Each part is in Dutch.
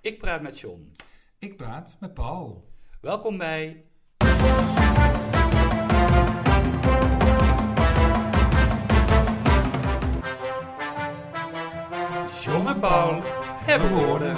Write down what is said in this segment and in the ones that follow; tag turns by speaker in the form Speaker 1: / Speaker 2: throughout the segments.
Speaker 1: Ik praat met John.
Speaker 2: Ik praat met Paul.
Speaker 1: Welkom bij... John en Paul hebben woorden.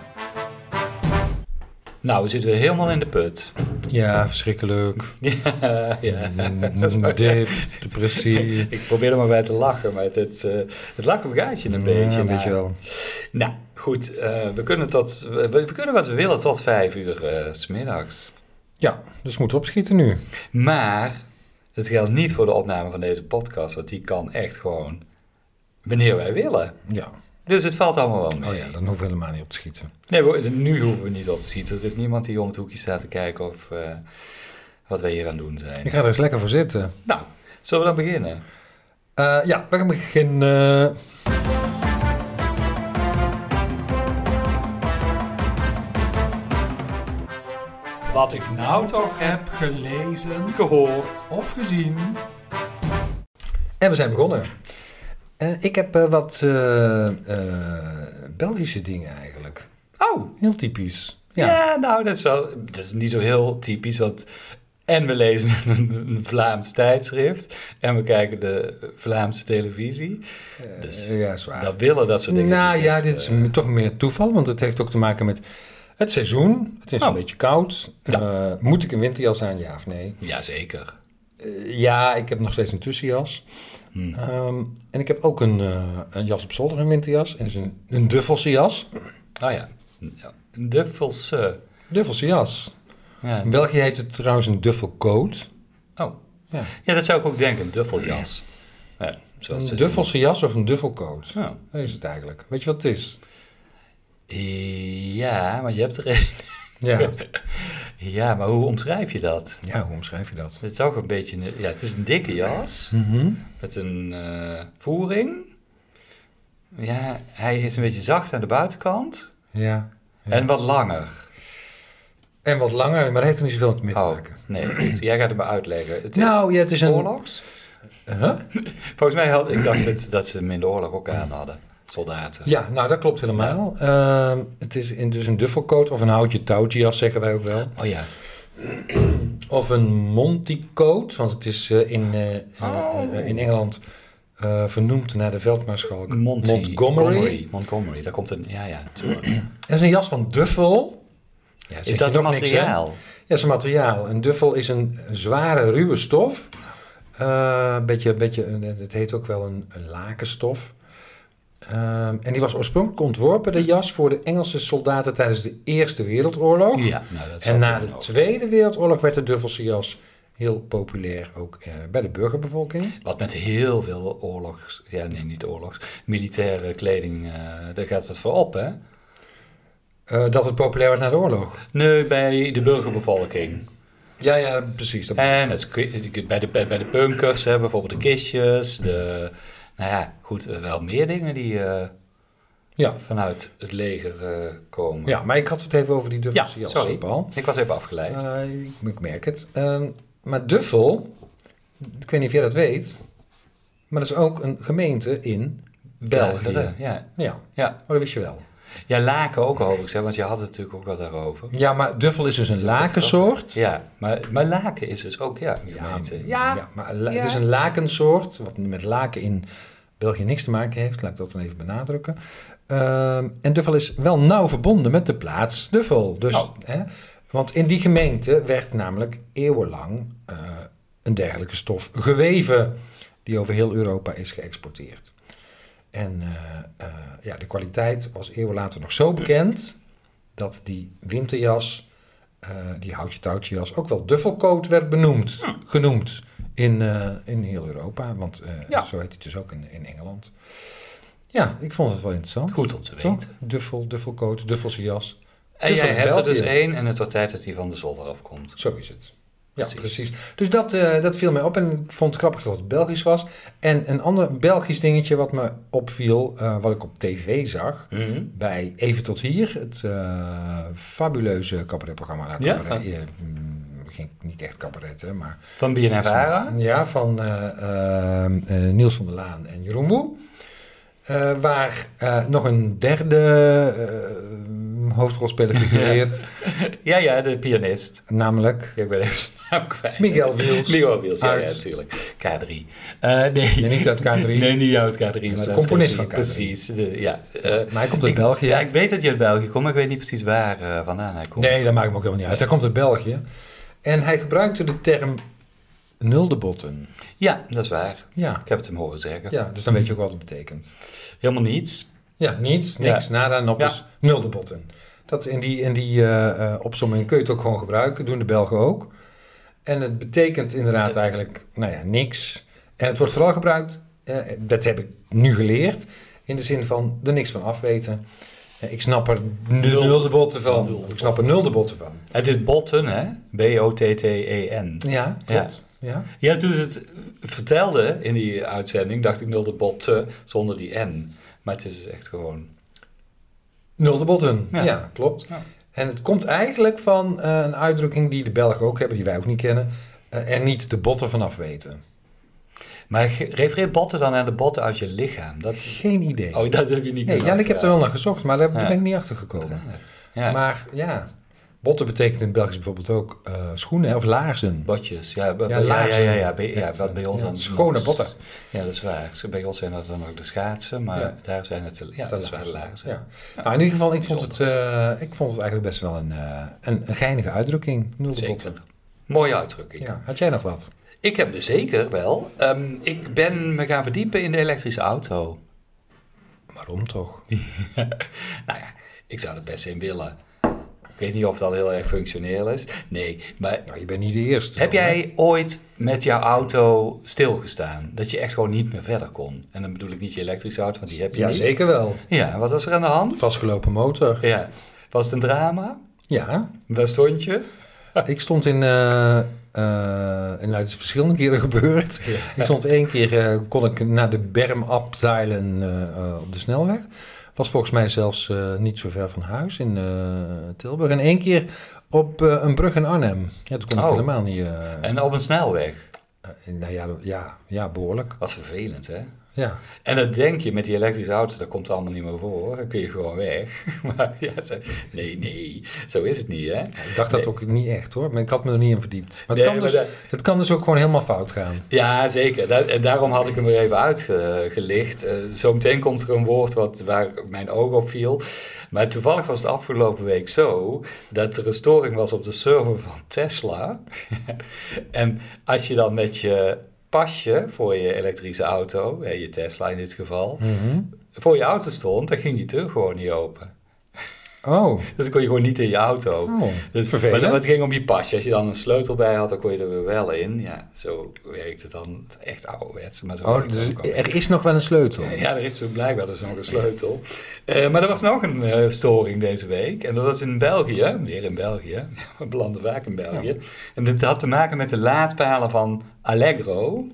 Speaker 1: Nou, we zitten weer helemaal in de put.
Speaker 2: Ja, verschrikkelijk.
Speaker 1: Ja.
Speaker 2: Dip, depressie.
Speaker 1: Ik probeer er maar bij te lachen, maar het lachen vergaat je een beetje.
Speaker 2: Een beetje wel.
Speaker 1: Nou, goed. We kunnen wat we willen tot 5 uur 's middags.
Speaker 2: Ja, dus moeten we opschieten nu.
Speaker 1: Maar het geldt niet voor de opname van deze podcast, want die kan echt gewoon wanneer wij willen.
Speaker 2: Ja.
Speaker 1: Dus het valt allemaal wel mee.
Speaker 2: Oh ja, dan hoeven we helemaal niet op te schieten.
Speaker 1: Nee, nu hoeven we niet op te schieten. Er is niemand die om het hoekje staat te kijken of wat wij hier aan het doen zijn.
Speaker 2: Ik ga er eens lekker voor zitten.
Speaker 1: Nou, zullen we dan beginnen?
Speaker 2: Ja, we gaan beginnen. Wat ik nou toch heb gelezen,
Speaker 1: Gehoord.
Speaker 2: of gezien. En we zijn begonnen. Ik heb wat Belgische dingen eigenlijk.
Speaker 1: Oh,
Speaker 2: Heel typisch.
Speaker 1: ja, nou, dat is niet zo heel typisch, want... En we lezen een Vlaams tijdschrift en we kijken de Vlaamse televisie. Dus
Speaker 2: ja, zwaar.
Speaker 1: dat willen dat soort dingen.
Speaker 2: Nou ja, dit is toch meer toeval, want het heeft ook te maken met het seizoen. Het is een beetje koud.
Speaker 1: Ja.
Speaker 2: Moet ik een winterjas aan, ja of nee?
Speaker 1: Jazeker.
Speaker 2: Ja, ik heb nog steeds een tussenjas. En ik heb ook een jas op zolder, een winterjas. En dat is een Duffelse jas.
Speaker 1: Oh ja, een Duffelse.
Speaker 2: Duffelse jas.
Speaker 1: Ja.
Speaker 2: In België heet het trouwens een duffelcoat.
Speaker 1: Oh,
Speaker 2: Ja.
Speaker 1: ja, dat zou ik ook denken, een duffeljas. Ja,
Speaker 2: Een Duffelse jas of een duffelcoat.
Speaker 1: Oh.
Speaker 2: Dat is het eigenlijk. Weet je wat het is?
Speaker 1: Ja, maar je hebt er een.
Speaker 2: Ja.
Speaker 1: Ja, maar hoe omschrijf je dat?
Speaker 2: Ja, hoe omschrijf je dat?
Speaker 1: Het is ook een beetje... Ja, het is een dikke jas met een voering. Ja, hij is een beetje zacht aan de buitenkant
Speaker 2: Ja.
Speaker 1: en wat langer.
Speaker 2: En wat langer, maar dat heeft er niet zoveel mee te maken.
Speaker 1: Nee, goed. Jij gaat het me uitleggen.
Speaker 2: Het is een...
Speaker 1: Oorlogs? Volgens mij dat ze hem in de oorlog ook aan hadden, soldaten.
Speaker 2: Ja, nou dat klopt helemaal. Het is dus een duffelcoat of een houtje touwtje jas, zeggen wij ook wel.
Speaker 1: Oh ja.
Speaker 2: Of een Monty-coat, want het is in Engeland vernoemd naar de veldmaarschalk Montgomery.
Speaker 1: Montgomery, daar komt een... Ja, natuurlijk.
Speaker 2: Het is een jas van duffel. Ja,
Speaker 1: Is dat een materiaal?
Speaker 2: Ja, het is een materiaal. Een duffel is een zware, ruwe stof. Het heet ook wel een lakenstof. En die was oorspronkelijk ontworpen, de jas, voor de Engelse soldaten tijdens de Eerste Wereldoorlog.
Speaker 1: Ja, nou, dat
Speaker 2: En na de Tweede Wereldoorlog werd de Duffelse jas heel populair, ook bij de burgerbevolking.
Speaker 1: Wat met heel veel militaire kleding, daar gaat het voor op, hè?
Speaker 2: Dat het populair werd na de oorlog.
Speaker 1: Nee, bij de burgerbevolking.
Speaker 2: Ja, precies.
Speaker 1: En bij de punkers, hè, bijvoorbeeld de kistjes, wel meer dingen die vanuit het leger komen.
Speaker 2: Ja, maar ik had het even over die Duffelse jas,
Speaker 1: sorry.
Speaker 2: Paul.
Speaker 1: Ik was even afgeleid.
Speaker 2: Ik merk het. Maar Duffel, ik weet niet of jij dat weet, maar dat is ook een gemeente in België.
Speaker 1: Ja.
Speaker 2: Oh, dat wist je wel.
Speaker 1: Ja, laken ook overigens, hè, want je had het natuurlijk ook wel daarover.
Speaker 2: Ja, maar duffel is dus een lakensoort.
Speaker 1: Ja, maar laken is dus ook, een gemeente.
Speaker 2: Het is een lakensoort, wat met laken in België niks te maken heeft. Laat ik dat dan even benadrukken. En Duffel is wel nauw verbonden met de plaats Duffel. Dus, want in die gemeente werd namelijk eeuwenlang een dergelijke stof geweven, die over heel Europa is geëxporteerd. En de kwaliteit was eeuwen later nog zo bekend dat die winterjas, die houtje-touwtje jas, ook wel duffelcoat werd genoemd in heel Europa. Want zo heet het dus ook in Engeland. Ja, ik vond het wel interessant.
Speaker 1: Goed om te weten.
Speaker 2: Duffelcoat, Duffelse jas.
Speaker 1: En jij hebt er dus één en het wordt tijd dat die van de zolder afkomt.
Speaker 2: Zo is het. Ja, precies. Dus dat viel mij op en ik vond het grappig dat het Belgisch was. En een ander Belgisch dingetje wat me opviel, wat ik op tv zag, bij Even tot Hier, het fabuleuze cabaretprogramma. Geen niet echt cabaret, hè, maar...
Speaker 1: Van BNNVARA?
Speaker 2: Ja, van Niels van der Laan en Jeroen Woe. Waar nog een derde hoofdrolspeler figureert.
Speaker 1: Ja, de pianist.
Speaker 2: Namelijk?
Speaker 1: Ik ben even zijn naam kwijt.
Speaker 2: Miguel Wiels.
Speaker 1: Miguel Wiels, ja, natuurlijk. K3.
Speaker 2: Nee, niet uit K3.
Speaker 1: Nee, niet uit K3.
Speaker 2: Dat is de componist van K3.
Speaker 1: Precies. Maar
Speaker 2: hij komt uit België.
Speaker 1: Ja, ik weet dat hij uit België komt, maar ik weet niet precies waar vandaan hij komt.
Speaker 2: Nee, dat maakt me ook helemaal niet uit. Hij komt uit België. En hij gebruikte de term nuldebotten.
Speaker 1: Ja, dat is waar.
Speaker 2: Ja.
Speaker 1: Ik heb het hem horen zeggen.
Speaker 2: Ja, dus dan weet je ook wat het betekent.
Speaker 1: Helemaal niets.
Speaker 2: Ja, niks, nada, noppes, nuldebotten. Dat in die opsomming kun je het ook gewoon gebruiken, doen de Belgen ook. En het betekent inderdaad eigenlijk, niks. En het wordt vooral gebruikt, dat heb ik nu geleerd, in de zin van er niks van afweten. Ik snap er nul de botten van. Of ik snap er nul de botten van.
Speaker 1: Het is botten, hè? B-O-T-T-E-N.
Speaker 2: Ja, klopt.
Speaker 1: Ja, toen ze het vertelde in die uitzending, dacht ik nul de botten zonder die N. Maar het is dus echt gewoon...
Speaker 2: Nul de botten, ja klopt. Ja. En het komt eigenlijk van een uitdrukking die de Belgen ook hebben, die wij ook niet kennen. Er niet de botten vanaf weten.
Speaker 1: Maar refereert botten dan aan de botten uit je lichaam?
Speaker 2: Geen idee.
Speaker 1: Oh, dat heb je niet gedaan.
Speaker 2: Ja, ik heb er wel naar gezocht, maar daar ben ik niet achter gekomen. Ja. Maar ja, botten betekent in het Belgisch bijvoorbeeld ook schoenen of laarzen.
Speaker 1: Botjes,
Speaker 2: laarzen.
Speaker 1: Wat bij ons dan...
Speaker 2: Schone botten.
Speaker 1: Ja, dat is waar. Bij ons zijn dat dan ook de schaatsen, maar daar zijn het... Ja, dat is waar de laarzen.
Speaker 2: Ja. Nou, in ieder geval, ik vond het eigenlijk best wel een geinige uitdrukking. Nul de botten.
Speaker 1: Mooie uitdrukking.
Speaker 2: Ja. Had jij nog wat?
Speaker 1: Ik heb er zeker wel. Ik ben me gaan verdiepen in de elektrische auto.
Speaker 2: Waarom toch?
Speaker 1: Nou ja, ik zou er best in willen. Ik weet niet of het al heel erg functioneel is. Nee, maar...
Speaker 2: Nou, je bent niet de eerste.
Speaker 1: Heb jij ooit met jouw auto stilgestaan? Dat je echt gewoon niet meer verder kon? En dan bedoel ik niet je elektrische auto, want die heb je niet.
Speaker 2: Ja, zeker wel.
Speaker 1: Ja, wat was er aan de hand?
Speaker 2: Vastgelopen motor.
Speaker 1: Ja. Was het een drama?
Speaker 2: Ja.
Speaker 1: Waar stond je?
Speaker 2: Ik stond in... en het is verschillende keren gebeurd. Ja. Ik stond 1 keer, kon ik naar de berm abzeilen op de snelweg. Was volgens mij zelfs niet zo ver van huis in Tilburg. En 1 keer op een brug in Arnhem. Ja, toen kon ik helemaal niet...
Speaker 1: En op een snelweg?
Speaker 2: Ja, behoorlijk.
Speaker 1: Wat vervelend, hè?
Speaker 2: Ja.
Speaker 1: En dan denk je met die elektrische auto, dat komt er allemaal niet meer voor. Dan kun je gewoon weg. Maar ja, nee, zo is het niet, hè? Ja,
Speaker 2: ik dacht dat ook niet echt, hoor. Maar ik had me er niet in verdiept. Maar het kan dus ook gewoon helemaal fout gaan.
Speaker 1: Ja, zeker. En daarom had ik hem er even uitgelicht. Zometeen komt er een woord waar mijn oog op viel. Maar toevallig was het afgelopen week zo dat er een storing was op de server van Tesla. En als je dan met je pasje voor je elektrische auto, je Tesla in dit geval, voor je auto stond, dan ging je deur gewoon niet open.
Speaker 2: Oh.
Speaker 1: Dus dan kon je gewoon niet in je auto.
Speaker 2: Oh,
Speaker 1: dus,
Speaker 2: vervelend.
Speaker 1: Maar het ging om je pasje. Als je dan een sleutel bij had, dan kon je er weer wel in. Ja, zo werkt het dan. Echt ouderwets. Maar zo
Speaker 2: dus er is nog wel een sleutel?
Speaker 1: Ja, er is zo blijkbaar dus nog een sleutel. Maar er was nog een storing deze week. En dat was in België. Weer in België. We belanden vaak in België. Ja. En dit had te maken met de laadpalen van Allegro.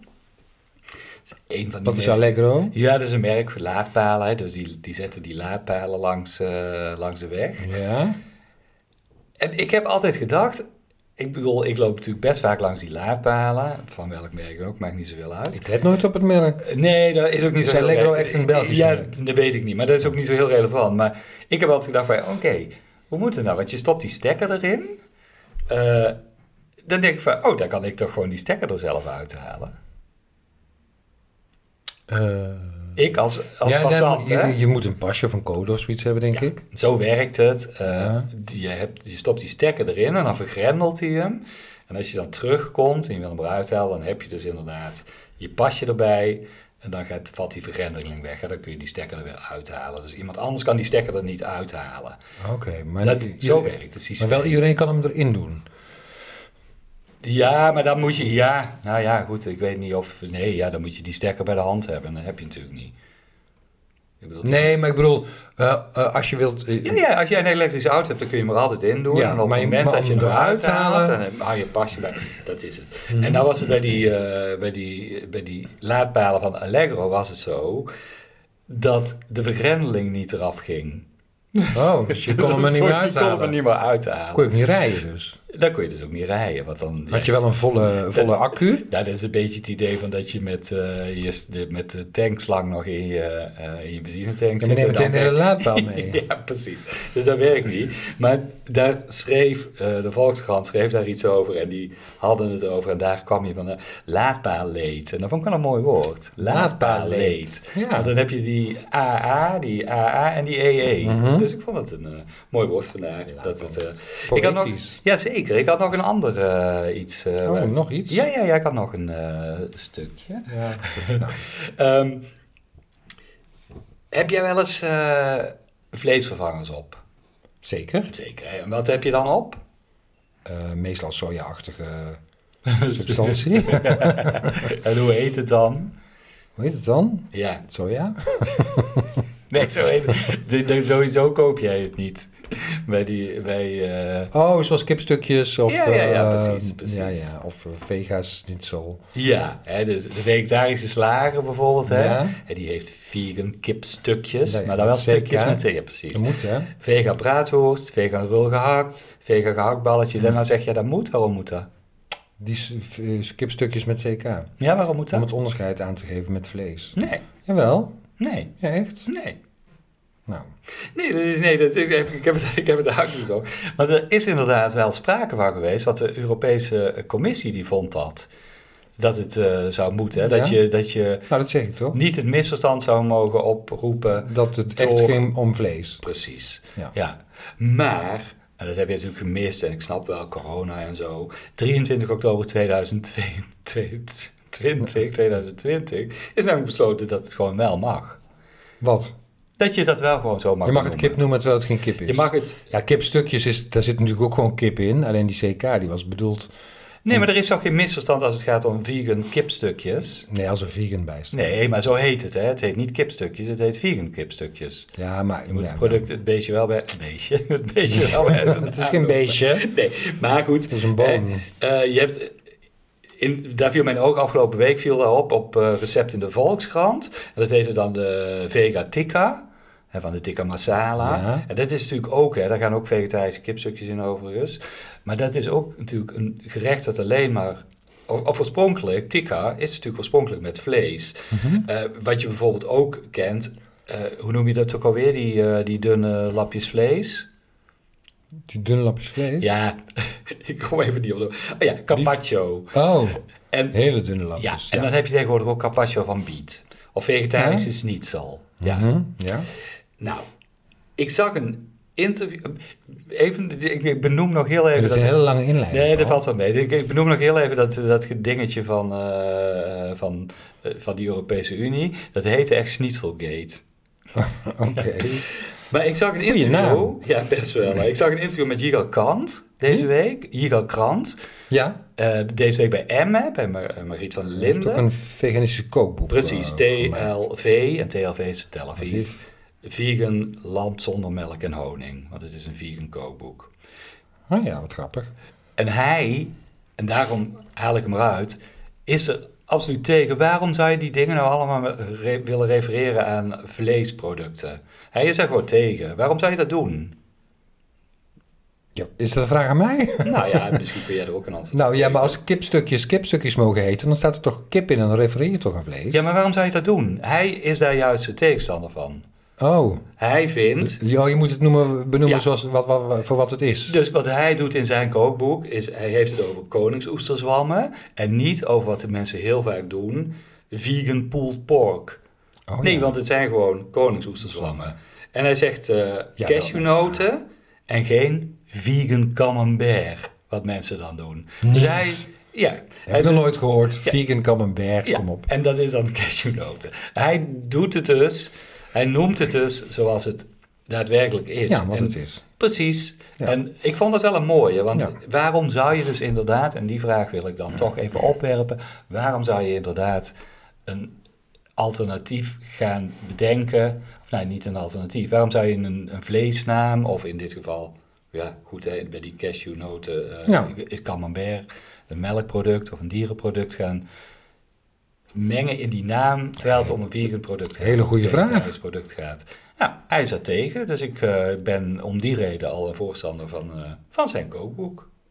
Speaker 2: Wat is Allegro?
Speaker 1: Ja, dat is een merk voor laadpalen. Hè. Dus die zetten die laadpalen langs de weg.
Speaker 2: Ja.
Speaker 1: En ik heb altijd gedacht... Ik bedoel, ik loop natuurlijk best vaak langs die laadpalen. Van welk merk ook, maakt niet zoveel uit.
Speaker 2: Ik let nooit op het merk.
Speaker 1: Nee, dat is ook niet zo heel...
Speaker 2: Is Allegro echt een Belgisch merk?
Speaker 1: Ja, dat weet ik niet. Maar dat is ook niet zo heel relevant. Maar ik heb altijd gedacht van... Oké, hoe moet het nou? Want je stopt die stekker erin. Dan denk ik van... daar kan ik toch gewoon die stekker er zelf uithalen. Ik als passant,
Speaker 2: je moet een pasje of een code of zoiets hebben, denk ik.
Speaker 1: Zo werkt het. Je stopt die stekker erin en dan vergrendelt hij hem. En als je dan terugkomt en je wil hem eruit halen, dan heb je dus inderdaad je pasje erbij. En dan valt die vergrendeling weg. En dan kun je die stekker er weer uithalen. Dus iemand anders kan die stekker er niet uithalen.
Speaker 2: Oké, maar
Speaker 1: zo werkt het systeem.
Speaker 2: Maar wel iedereen kan hem erin doen.
Speaker 1: Ja, maar dan moet je... Ja, nou ja, goed. Ik weet niet of... Nee, ja, dan moet je die stekker bij de hand hebben. En dat heb je natuurlijk niet.
Speaker 2: Maar ik bedoel... als je wilt...
Speaker 1: Ja, als jij een elektrische auto hebt, dan kun je hem er altijd in doen. Ja, en op het moment dat je hem eruit haalt, dan hou je pasje bij. Dat is het. En dan was het bij die laadpalen van Allegro was het zo... dat de vergrendeling niet eraf ging.
Speaker 2: Oh, dus je kon hem er niet meer uithalen.
Speaker 1: Je kon hem er niet meer uithalen.
Speaker 2: Kon je ook niet rijden dus?
Speaker 1: dan kon je dus ook niet rijden. Want dan,
Speaker 2: Had je wel een volle accu?
Speaker 1: Nou, dat is een beetje het idee van dat je met de tankslang nog in je benzinetank
Speaker 2: Ja, maar neem
Speaker 1: zit.
Speaker 2: meteen een hele laadpaal mee.
Speaker 1: Ja, precies. Dus dat werkt niet. Maar daar schreef de Volkskrant daar iets over en die hadden het over en daar kwam je van de laadpaalleed. En dat vond ik wel een mooi woord. Laadpaalleed.
Speaker 2: Ja.
Speaker 1: Want dan heb je die AA en die EE. Dus ik vond het een mooi woord vandaag. Dat het, ik had nog, ja, zeker. Ik had nog een ander iets.
Speaker 2: Nog iets?
Speaker 1: Ja, ik had nog een stukje.
Speaker 2: Ja, nou.
Speaker 1: Heb jij wel eens vleesvervangers op?
Speaker 2: Zeker.
Speaker 1: Zeker. En wat heb je dan op?
Speaker 2: Meestal soja-achtige substantie.
Speaker 1: En hoe heet het dan?
Speaker 2: Hoe heet het dan?
Speaker 1: Ja.
Speaker 2: Soja?
Speaker 1: Nee, zo heet het. Sowieso koop jij het niet.
Speaker 2: Zoals kipstukjes of...
Speaker 1: Ja, precies.
Speaker 2: Ja, of vega's niet zo.
Speaker 1: Ja, hè, dus de vegetarische slager bijvoorbeeld, hè?
Speaker 2: Ja.
Speaker 1: En die heeft vegan kipstukjes,
Speaker 2: Ja,
Speaker 1: maar dan wel stukjes met... Ja, precies.
Speaker 2: Dat moet, hè?
Speaker 1: Vegan braadworst, vegan rul gehakt, vegan gehaktballetjes. En dan zeg je, dat moet. Waarom moet dat?
Speaker 2: Die kipstukjes met CK.
Speaker 1: Ja, waarom moet dat?
Speaker 2: Om het onderscheid aan te geven met vlees.
Speaker 1: Nee.
Speaker 2: Jawel.
Speaker 1: Nee.
Speaker 2: Ja, echt?
Speaker 1: Nee.
Speaker 2: Nou.
Speaker 1: Ik heb het uitgezocht. Want er is inderdaad wel sprake van geweest, wat de Europese Commissie die vond dat het zou moeten. Hè?
Speaker 2: Ja?
Speaker 1: Dat je
Speaker 2: Nou, dat zeg ik toch?
Speaker 1: niet het misverstand zou mogen oproepen.
Speaker 2: Dat het echt ging om vlees.
Speaker 1: Precies,
Speaker 2: Ja.
Speaker 1: ja. Maar, en dat heb je natuurlijk gemist, en ik snap wel, corona en zo. 23 oktober 2020 is namelijk besloten dat het gewoon wel mag.
Speaker 2: Wat?
Speaker 1: Dat je dat wel gewoon zo mag
Speaker 2: Je mag
Speaker 1: noemen.
Speaker 2: het kip noemen terwijl het geen kip is.
Speaker 1: Je mag het...
Speaker 2: Ja, kipstukjes, daar zit natuurlijk ook gewoon kip in. Alleen die CK, die was bedoeld...
Speaker 1: Nee, maar er is toch geen misverstand als het gaat om vegan kipstukjes?
Speaker 2: Nee, als er vegan bij staat.
Speaker 1: Nee, maar zo heet het, hè. Het heet niet kipstukjes, het heet vegan kipstukjes.
Speaker 2: Ja, maar...
Speaker 1: Je moet
Speaker 2: ja,
Speaker 1: het product, het beestje wel bij... Het beestje wel bij...
Speaker 2: Het is geen beestje.
Speaker 1: Nee, maar goed.
Speaker 2: Het is een boom.
Speaker 1: Je hebt... Daar viel mijn oog afgelopen week op recept in de Volkskrant. En dat heette dan de Vega Tikka. Van de tikka masala.
Speaker 2: Ja.
Speaker 1: En dat is natuurlijk ook, daar gaan ook vegetarische kipstukjes in overigens. Maar dat is ook natuurlijk een gerecht dat alleen maar... Of oorspronkelijk, tikka is natuurlijk oorspronkelijk met vlees.
Speaker 2: Mm-hmm.
Speaker 1: Wat je bijvoorbeeld ook kent, hoe noem je dat ook alweer? Die dunne lapjes vlees.
Speaker 2: Die dunne lapjes vlees?
Speaker 1: Ja, ik kom even niet op. Oh ja, carpaccio.
Speaker 2: Oh,
Speaker 1: En,
Speaker 2: hele dunne lapjes.
Speaker 1: Ja, en dan heb je tegenwoordig ook carpaccio van biet. Of vegetarische schnitzel. Ja.
Speaker 2: Mm-hmm, ja.
Speaker 1: Nou, ik zag een interview... ik benoem nog heel even...
Speaker 2: Dat is een hele lange inleiding.
Speaker 1: Nee, dat valt wel mee. Ik benoem nog heel even dat dingetje van die Europese Unie. Dat heette echt Schnitzelgate.
Speaker 2: Oké.
Speaker 1: Maar ik zag een
Speaker 2: Goeie
Speaker 1: interview...
Speaker 2: naam.
Speaker 1: Ja, best wel. Ik zag een interview met Yigal Krant deze week. Yigal Krant.
Speaker 2: Ja.
Speaker 1: Deze week bij Emme, bij Margriet van der
Speaker 2: Hij heeft
Speaker 1: Linden.
Speaker 2: ook een veganistische kookboek.
Speaker 1: Precies,
Speaker 2: gemaakt.
Speaker 1: TLV. En TLV is Tel Aviv.
Speaker 2: Aviv.
Speaker 1: Vegan land zonder melk en honing. Want het is een vegan kookboek.
Speaker 2: Oh ja, wat grappig.
Speaker 1: En hij, en daarom haal ik hem eruit, is er absoluut tegen. Waarom zou je die dingen nou allemaal willen refereren aan vleesproducten? Hij is er gewoon tegen. Waarom zou je dat doen?
Speaker 2: Ja, is dat een vraag aan mij?
Speaker 1: Nou ja, misschien kun jij er ook een antwoord op
Speaker 2: Nou ja,
Speaker 1: geven.
Speaker 2: maar als kipstukjes mogen heten, dan staat er toch kip in en dan refereer je toch aan vlees?
Speaker 1: Ja, maar waarom zou je dat doen? Hij is daar juist de tegenstander van.
Speaker 2: Oh.
Speaker 1: Hij vindt...
Speaker 2: Ja, je moet het benoemen
Speaker 1: Ja.
Speaker 2: zoals voor wat het is.
Speaker 1: Dus wat hij doet in zijn kookboek is, hij heeft het over koningsoesterzwammen en niet over wat de mensen heel vaak doen, vegan pulled pork.
Speaker 2: Oh,
Speaker 1: Nee,
Speaker 2: ja.
Speaker 1: want het zijn gewoon koningsoesterzwammen. En hij zegt cashewnoten en geen vegan camembert, wat mensen dan doen.
Speaker 2: Niet.
Speaker 1: Dus hij, ja,
Speaker 2: Heb ik nog nooit gehoord. Vegan camembert,
Speaker 1: ja,
Speaker 2: kom op.
Speaker 1: en dat is dan cashewnoten. Hij doet het dus, hij noemt het dus zoals het daadwerkelijk is.
Speaker 2: Ja, wat
Speaker 1: En
Speaker 2: het is.
Speaker 1: Precies.
Speaker 2: Ja.
Speaker 1: En ik vond dat wel een mooie, want
Speaker 2: Ja.
Speaker 1: waarom zou je dus inderdaad, en die vraag wil ik dan toch even opwerpen, waarom zou je inderdaad een alternatief gaan bedenken, of nee, niet een alternatief, waarom zou je een vleesnaam, of in dit geval, ja goed, hè, bij die cashewnoten is camembert een melkproduct of een dierenproduct gaan mengen in die naam, terwijl het om een vegan product gaat.
Speaker 2: Hele goede
Speaker 1: een
Speaker 2: vraag.
Speaker 1: vegetarisch product gaat. Nou, hij is er tegen, dus ik ben om die reden al een voorstander van zijn kookboek.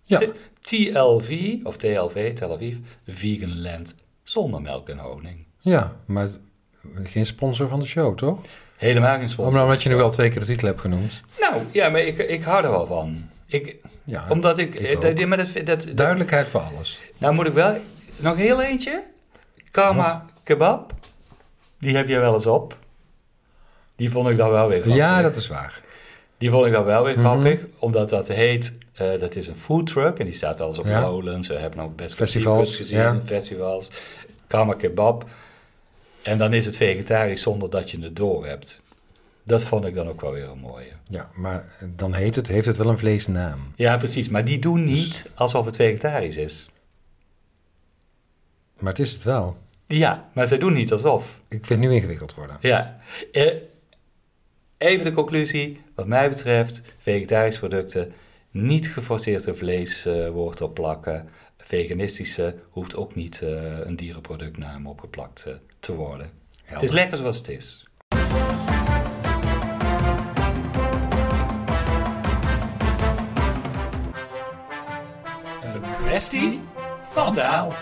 Speaker 2: Ja.
Speaker 1: TLV, of TLV, Tel Aviv, Vegan Land, zonder melk en honing.
Speaker 2: Ja, maar geen sponsor van de show, toch?
Speaker 1: Helemaal geen sponsor.
Speaker 2: Omdat je nu wel 2 keer de titel hebt genoemd.
Speaker 1: Nou, ja, maar ik hou er wel van. Omdat ik
Speaker 2: ook. Duidelijkheid voor alles.
Speaker 1: Nou moet ik wel... Nog heel eentje. Karma Kebab. Die heb je wel eens op. Die vond ik dan wel weer grappig.
Speaker 2: Ja, dat is waar.
Speaker 1: Die vond ik dan wel weer grappig. Omdat dat heet... dat is een food truck. En die staat wel eens op Lowlands. We hebben ook best
Speaker 2: festivals
Speaker 1: gezien. Festivals. Karma Kebab. En dan is het vegetarisch zonder dat je het door hebt. Dat vond ik dan ook wel weer een mooie.
Speaker 2: Ja, maar dan heeft het wel een vleesnaam.
Speaker 1: Ja, precies. Maar die doen niet alsof het vegetarisch is.
Speaker 2: Maar het is het wel.
Speaker 1: Ja, maar zij doen niet alsof.
Speaker 2: Ik vind het nu ingewikkeld worden.
Speaker 1: Ja. Even de conclusie. Wat mij betreft, vegetarische producten, niet geforceerd een vleeswoord opplakken. Veganistische hoeft ook niet een dierenproductnaam opgeplakt te worden. Helder. Het is lekker zoals het is. Een kwestie van taal.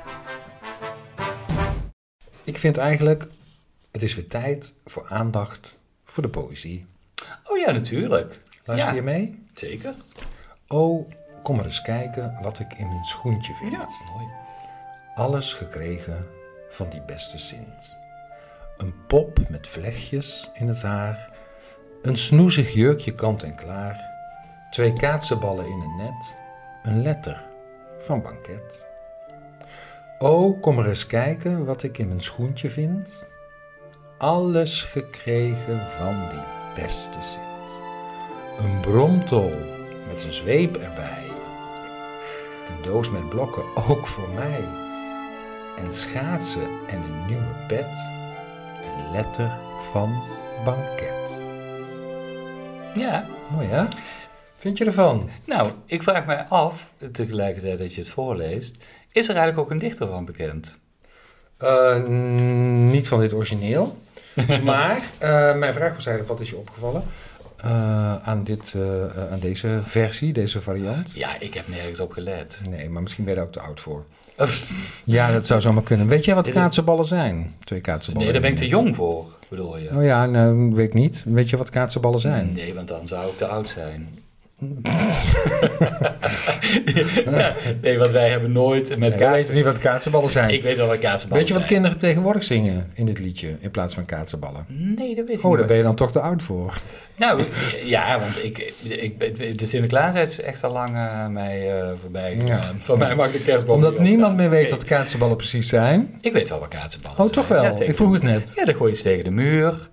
Speaker 2: Ik vind eigenlijk, het is weer tijd voor aandacht voor de poëzie.
Speaker 1: Oh ja, natuurlijk.
Speaker 2: Luister je mee?
Speaker 1: Zeker.
Speaker 2: Oh, kom maar eens kijken wat ik in mijn schoentje vind.
Speaker 1: Ja, mooi.
Speaker 2: Alles gekregen van die beste Sint. Een pop met vlechtjes in het haar. Een snoezig jurkje kant en klaar. 2 kaatsenballen in een net. Een letter van banket. Oh, kom maar eens kijken wat ik in mijn schoentje vind. Alles gekregen van die beste Sint. Een bromtol met een zweep erbij. Een doos met blokken ook voor mij. En schaatsen en een nieuwe pet. Een letter van banket.
Speaker 1: Ja.
Speaker 2: Mooi hè? Vind je ervan?
Speaker 1: Nou, ik vraag mij af, tegelijkertijd dat je het voorleest, is er eigenlijk ook een dichter van bekend?
Speaker 2: Niet van dit origineel. Maar mijn vraag was eigenlijk, wat is je opgevallen aan deze versie, deze variant?
Speaker 1: Ja, ik heb nergens op gelet.
Speaker 2: Nee, maar misschien ben je er ook te oud voor. Ja, dat zou zomaar kunnen. Weet jij wat kaatsenballen zijn? 2 kaatsenballen.
Speaker 1: Nee, daar ben ik te jong voor, bedoel je?
Speaker 2: Oh ja, nou, weet ik niet. Weet je wat kaatsenballen zijn?
Speaker 1: Nee, want dan zou ik te oud zijn. Nee, want wij hebben nooit met kaatsen...
Speaker 2: Wij weten niet wat kaatsenballen zijn.
Speaker 1: Ik weet wel wat kaatsenballen zijn.
Speaker 2: Weet je wat kinderen tegenwoordig zingen in dit liedje, in plaats van kaatsenballen?
Speaker 1: Nee, dat weet ik niet.
Speaker 2: Oh, daar ben je dan toch te oud voor.
Speaker 1: Nou, ja, want de Sinterklaas is echt al lang mij voorbij gegaan. Ja. Van mij mag de kerstboom.
Speaker 2: Omdat niemand meer weet wat kaatsenballen precies zijn.
Speaker 1: Ik weet wel wat kaatsenballen zijn.
Speaker 2: Oh, toch wel? Ja, ik vroeg het net.
Speaker 1: Ja, dan gooi je ze tegen de muur.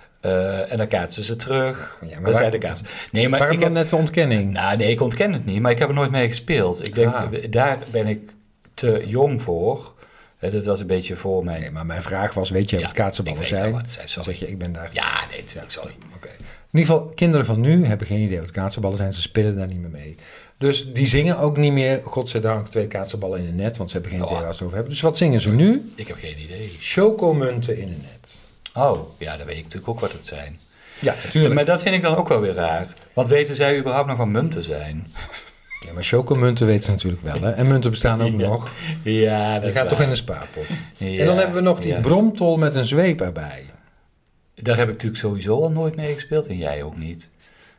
Speaker 1: En dan kaatsen ze terug. Ja, maar zijn de kaatsen. Nee, maar
Speaker 2: waarom dan net de ontkenning?
Speaker 1: Nou, nee, ik ontken het niet, maar ik heb er nooit mee gespeeld. Ik denk, daar ben ik te jong voor. Dat was een beetje voor mij.
Speaker 2: Nee, maar mijn vraag was, weet je wat kaatsenballen zijn? Dan zeg je, ik ben daar...
Speaker 1: Ja, nee, natuurlijk, sorry.
Speaker 2: Okay. In ieder geval, kinderen van nu hebben geen idee wat kaatsenballen zijn. Ze spelen daar niet meer mee. Dus die zingen ook niet meer, godzijdank, 2 kaatsenballen in een net. Want ze hebben geen idee waar ze het over hebben. Dus wat zingen ze nu?
Speaker 1: Ik heb geen idee.
Speaker 2: Chocomunten in een net.
Speaker 1: Oh, ja, dan weet ik natuurlijk ook wat het zijn.
Speaker 2: Ja, natuurlijk.
Speaker 1: Maar dat vind ik dan ook wel weer raar. Want weten zij überhaupt nog van munten zijn?
Speaker 2: Ja, maar chocomunten weten ze natuurlijk wel, hè? En munten bestaan ook nog.
Speaker 1: Ja, dat
Speaker 2: die gaat toch in de spaarpot.
Speaker 1: Ja,
Speaker 2: en dan hebben we nog die bromtol met een zweep erbij.
Speaker 1: Daar heb ik natuurlijk sowieso al nooit mee gespeeld. En jij ook niet.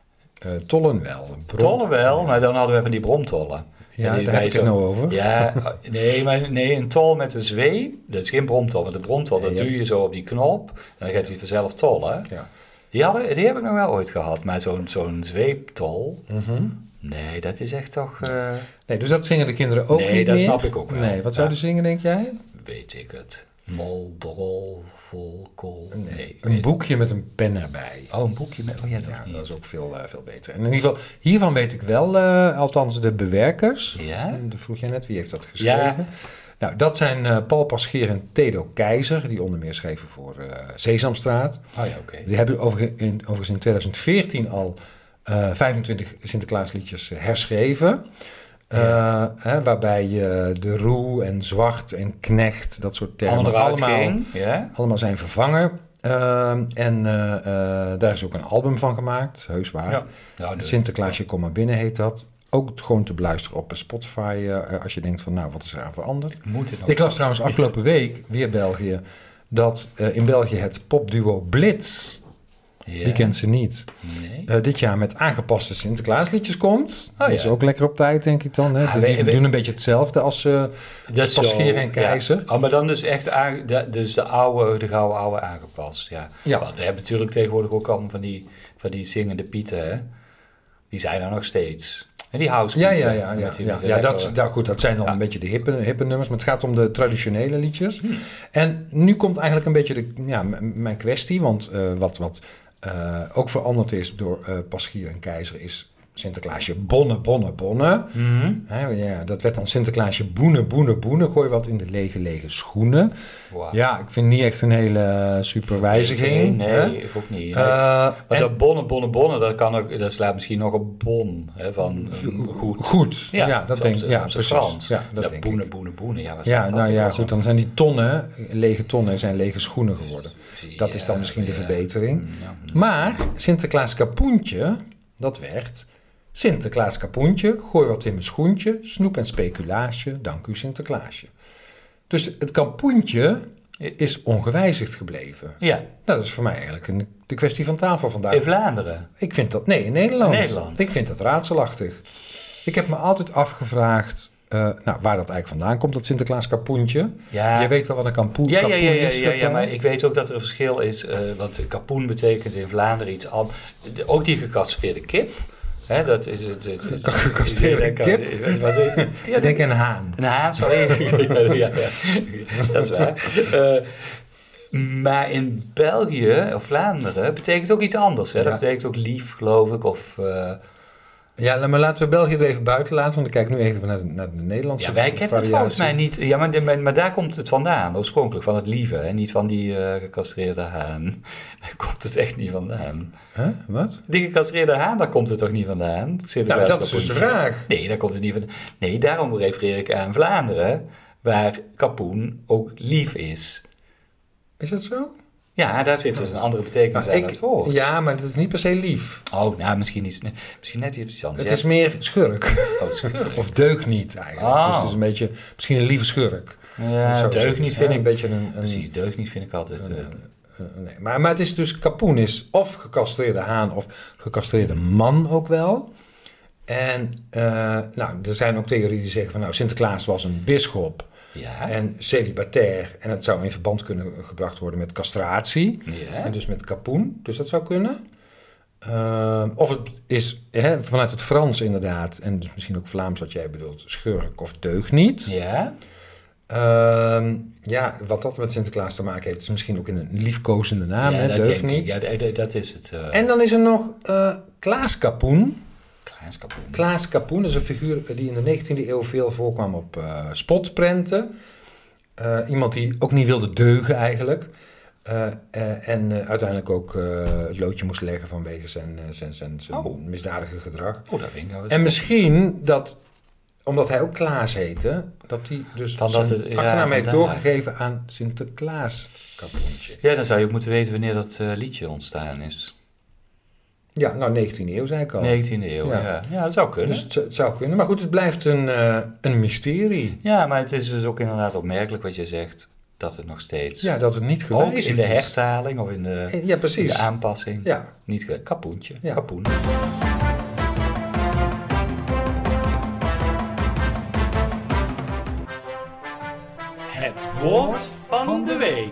Speaker 2: Tollen wel.
Speaker 1: Tollen wel, maar dan hadden we van die bromtollen.
Speaker 2: Ja, daar heb ik het nou over.
Speaker 1: Ja, nee, een tol met een zweep, dat is geen bromtol. Want de bromtol, dat duw je zo op die knop en dan gaat hij vanzelf tollen. Ja. Die heb ik nog wel ooit gehad, maar zo'n zweeptol, nee, dat is echt toch...
Speaker 2: Nee, dus dat zingen de kinderen ook niet meer?
Speaker 1: Nee, dat snap ik ook wel.
Speaker 2: Nee, wat zouden ze zingen, denk jij?
Speaker 1: Weet ik het. Mol, drol, vol, kool. Nee,
Speaker 2: een boekje met een pen erbij.
Speaker 1: Oh, een boekje met... Oh ja,
Speaker 2: dat is ook veel beter. En in ieder geval, hiervan weet ik wel, althans de bewerkers.
Speaker 1: Ja?
Speaker 2: Dat vroeg jij net, wie heeft dat geschreven?
Speaker 1: Ja.
Speaker 2: Nou, dat zijn Paul Paschier en Thedo Keizer, die onder meer schreven voor Sesamstraat.
Speaker 1: Oh ja, oké.
Speaker 2: Die hebben overigens in 2014 al 25 Sinterklaasliedjes herschreven. Waarbij de roe en zwart en knecht, dat soort termen allemaal zijn vervangen. Daar is ook een album van gemaakt, heus waar. Ja. Nou, Sinterklaasje kom maar binnen heet dat. ook gewoon te beluisteren op Spotify. Als je denkt van, nou, wat is er aan veranderd?
Speaker 1: Moet het nog
Speaker 2: Ik las trouwens afgelopen week, weer België, dat in België het popduo Blitz, die kent ze niet, dit jaar met aangepaste Sinterklaasliedjes komt. Dat is ook lekker op tijd, denk ik dan. Hè? Die doen een beetje hetzelfde als Paschier en Keizer.
Speaker 1: Ja. Maar dan dus echt de gouden oude aangepast. Ja. Want we hebben natuurlijk tegenwoordig ook allemaal van die zingende pieten, hè? Die zijn er nog steeds. En die house pieten.
Speaker 2: Dat zijn dan een beetje de hippe nummers. Maar het gaat om de traditionele liedjes. En nu komt eigenlijk een beetje mijn kwestie. Want wat ook veranderd is door Paschier en Keizer is Sinterklaasje bonne.
Speaker 1: Mm-hmm.
Speaker 2: Dat werd dan Sinterklaasje boene. Gooi wat in de lege schoenen.
Speaker 1: Wow.
Speaker 2: Ja, ik vind niet echt een hele super wijziging.
Speaker 1: Nee, ik ook niet. Maar dat bonne, dat slaat misschien nog op bon. Hè, van
Speaker 2: goed. Ja, dat denk ik. Ja, precies. Ja, dat denk ik.
Speaker 1: Boene. Ja,
Speaker 2: goed. Dan zijn die tonnen, lege tonnen, zijn lege schoenen geworden. Dat is dan misschien de verbetering. Maar Sinterklaas Kapoentje, dat werd Sinterklaas Kapoentje, gooi wat in mijn schoentje, snoep en speculaasje, dank u Sinterklaasje. Dus het kapoentje is ongewijzigd gebleven.
Speaker 1: Ja.
Speaker 2: Nou, dat is voor mij eigenlijk de kwestie van tafel vandaag.
Speaker 1: In Vlaanderen?
Speaker 2: Ik vind dat, nee, in Nederland. Ik vind dat raadselachtig. Ik heb me altijd afgevraagd waar dat eigenlijk vandaan komt, dat Sinterklaas Kapoentje. Ja. Je weet wel wat een kapoen is.
Speaker 1: Ja, maar ik weet ook dat er een verschil is. Want kapoen betekent in Vlaanderen iets anders. Ook die gecastreerde kip. Hè, dat is het.
Speaker 2: Gecastreerde kip?
Speaker 1: Wat is het?
Speaker 2: Ik denk een haan.
Speaker 1: Een haan, sorry. ja, dat is waar. Maar in België of Vlaanderen betekent het ook iets anders. Hè? Dat betekent ook lief, geloof ik.
Speaker 2: Ja, maar laten we België er even buiten laten, want ik kijk nu even naar de Nederlandse variatie.
Speaker 1: Ja, wij kennen het volgens mij niet. Ja, maar daar komt het vandaan, oorspronkelijk, van het lieve. Hè? Niet van die gecastreerde haan. Daar komt het echt niet vandaan.
Speaker 2: Huh? Wat?
Speaker 1: Die gecastreerde haan, daar komt het toch niet vandaan?
Speaker 2: Dat is dus de vraag.
Speaker 1: Nee, daar komt het niet vandaan. Nee, daarom refereer ik aan Vlaanderen, waar kapoen ook lief is.
Speaker 2: Is dat zo?
Speaker 1: Ja, daar zit dus een andere betekenis aan het woord.
Speaker 2: Ja, maar dat is niet per se lief.
Speaker 1: Oh, nou, misschien net iets anders.
Speaker 2: Het is meer schurk.
Speaker 1: Schurk.
Speaker 2: Of deugniet eigenlijk. Dus het is een beetje, misschien een lieve schurk.
Speaker 1: Ja, deugniet vind ik...
Speaker 2: Een beetje
Speaker 1: precies, deugniet vind ik altijd...
Speaker 2: nee. Maar het is dus, kapoen is of gecastreerde haan of gecastreerde man ook wel. En er zijn ook theorieën die zeggen van, Sinterklaas was een bisschop.
Speaker 1: Ja.
Speaker 2: En celibatair. En het zou in verband kunnen gebracht worden met castratie.
Speaker 1: Ja.
Speaker 2: En dus met kapoen. Dus dat zou kunnen. Of het is vanuit het Frans inderdaad. En dus misschien ook Vlaams wat jij bedoelt. Schurk of deugniet.
Speaker 1: Ja.
Speaker 2: Wat dat met Sinterklaas te maken heeft. Is misschien ook in een liefkozende naam.
Speaker 1: Ja,
Speaker 2: deugniet.
Speaker 1: Ja, dat is het.
Speaker 2: En dan is er nog Klaas Kapoen.
Speaker 1: Klaas
Speaker 2: Kapoen is een figuur die in de 19e eeuw veel voorkwam op spotprenten. Iemand die ook niet wilde deugen eigenlijk. En uiteindelijk ook het loodje moest leggen vanwege zijn misdadige gedrag.
Speaker 1: Oh, dat vind ik nou
Speaker 2: en misschien omdat hij ook Klaas heette, dat hij dus zijn achternaam heeft doorgegeven aan Sinterklaas Kapoentje.
Speaker 1: Ja, dan zou je ook moeten weten wanneer dat liedje ontstaan is.
Speaker 2: Ja, 19e eeuw zei ik al.
Speaker 1: 19e eeuw, ja. Ja, dat zou kunnen.
Speaker 2: Dus het zou kunnen. Maar goed, het blijft een mysterie.
Speaker 1: Ja, maar het is dus ook inderdaad opmerkelijk wat je zegt, dat het nog steeds...
Speaker 2: Ja, dat het niet gewijzigd is.
Speaker 1: Ook in de hertaling of in de aanpassing.
Speaker 2: Ja.
Speaker 1: Niet kapoentje.
Speaker 2: Ja.
Speaker 1: Kapoen. Het woord van de week.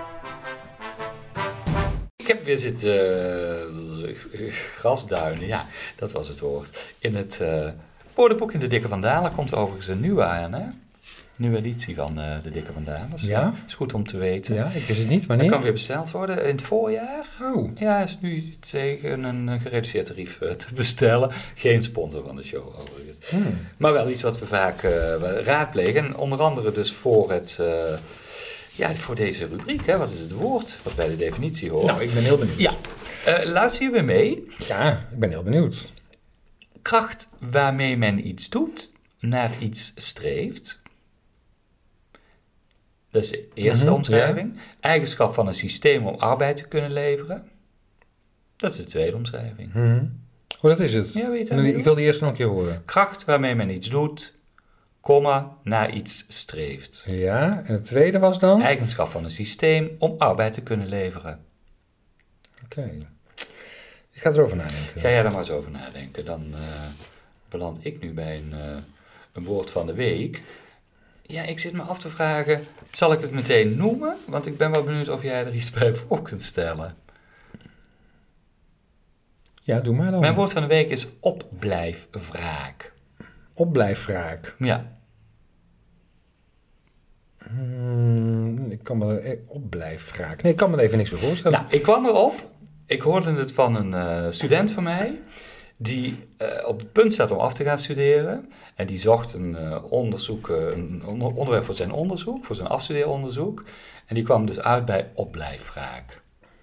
Speaker 1: Ik heb weer zitten grasduinen, ja, dat was het woord. In het woordenboek in de Dikke Van Dalen komt overigens een nieuwe aan, hè? Nieuwe editie van de Dikke Van Dalen. Dus
Speaker 2: ja?
Speaker 1: Is goed om te weten.
Speaker 2: Ja, ik wist het niet. Wanneer?
Speaker 1: Dat kan weer besteld worden in het voorjaar.
Speaker 2: Oh.
Speaker 1: Ja, is nu tegen een gereduceerd tarief te bestellen. Geen sponsor van de show overigens. Maar wel iets wat we vaak raadplegen. En onder andere dus voor voor deze rubriek. Hè? Wat is het woord wat bij de definitie hoort?
Speaker 2: Nou, ik ben heel benieuwd.
Speaker 1: Ja. Luister je weer mee?
Speaker 2: Ja, ik ben heel benieuwd.
Speaker 1: Kracht waarmee men iets doet, naar iets streeft. Dat is de eerste omschrijving. Ja. Eigenschap van een systeem om arbeid te kunnen leveren. Dat is de tweede omschrijving.
Speaker 2: Oh, dat is het.
Speaker 1: Ja, weet je
Speaker 2: En
Speaker 1: dat
Speaker 2: ik wil die eerst nog een keer horen.
Speaker 1: Kracht waarmee men iets doet, komma, naar iets streeft.
Speaker 2: Ja, en het tweede was dan?
Speaker 1: Eigenschap van een systeem om arbeid te kunnen leveren.
Speaker 2: Oké. Ik ga erover nadenken.
Speaker 1: Ga jij daar maar eens over nadenken. Dan beland ik nu bij een woord van de week. Ja, ik zit me af te vragen, zal ik het meteen noemen? Want ik ben wel benieuwd of jij er iets bij voor kunt stellen.
Speaker 2: Ja, doe maar dan.
Speaker 1: Mijn woord van de week is opblijfwraak.
Speaker 2: Opblijfwraak.
Speaker 1: Ja.
Speaker 2: Ik kan me opblijfwraak. Nee, ik kan me er even niks bij voorstellen.
Speaker 1: Nou, ik kwam erop. Ik hoorde het van een student van mij. Die op het punt staat om af te gaan studeren. En die zocht een onderwerp voor zijn onderzoek, voor zijn afstudeeronderzoek. En die kwam dus uit bij opblijfwraak.